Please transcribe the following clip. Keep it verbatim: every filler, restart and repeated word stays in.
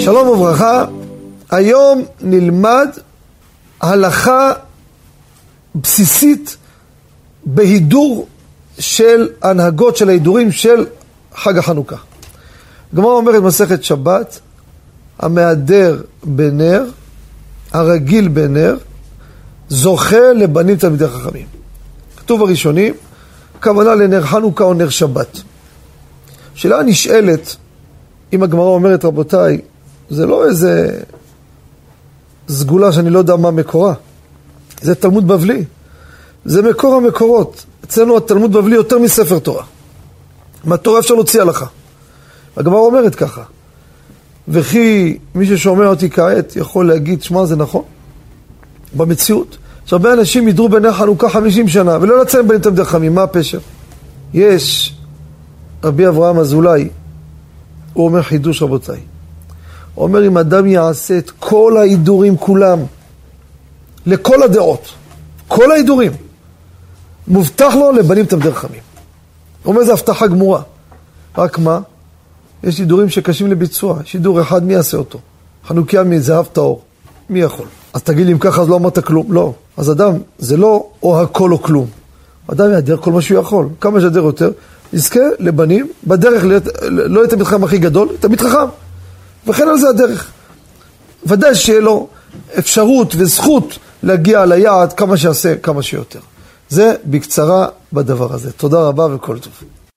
שלום וברכה. היום נלמד הלכה בסיסית בהידור של הנהגות של ההידורים של חג החנוכה. הגמרא אומרת מסכת שבת, המהדר בנר, הרגיל בנר, זוכה לבנים תלמידי חכמים. כתוב הראשונים, כוונה לנר חנוכה או נר שבת. שאלה נשאלת, אם הגמרא אומרת רבותיי, זה לא איזה סגולה שאני לא יודע מה מקורה. זה תלמוד בבלי. זה מקור המקורות. אצלנו התלמוד בבלי יותר מספר תורה. מהתורה אפשר להוציא הלכה. הגמרא אומרת ככה. וכי מי ששומע אותי כעת יכול להגיד, שמה זה נכון? במציאות. שהרבה אנשים ידרו בנר חנוכה חמישים שנה, ולא לציין בנים תלמידי חכמים. מה הפשר? יש רבי אברהם אזולאי, הוא אומר חידוש רבותיי. הוא אומר אם אדם יעשה את כל ההידורים כולם, לכל הדעות, כל ההידורים, מובטח לו לבנים תלמידי חכמים. הוא אומר זה הבטחה גמורה. רק מה? יש הידורים שקשים לביצוע. יש הידור אחד, מי יעשה אותו? חנוכיה מזהב טהור. מי יכול? אז תגיד לי אם ככה אז לא אמרת כלום. לא. אז אדם, זה לא או הכל או כלום. אדם יעדר כל מה שהוא יכול. כמה שיעדר יותר, יזכה לבנים, בדרך לא יהיה תלמיד חכם הכי גדול, תלמיד חכם. וכן על זה הדרך. ודאי שיהיה לו אפשרות וזכות להגיע ליעד כמה שיעשה, כמה שיותר. זה בקצרה בדבר הזה. תודה רבה וכל טוב.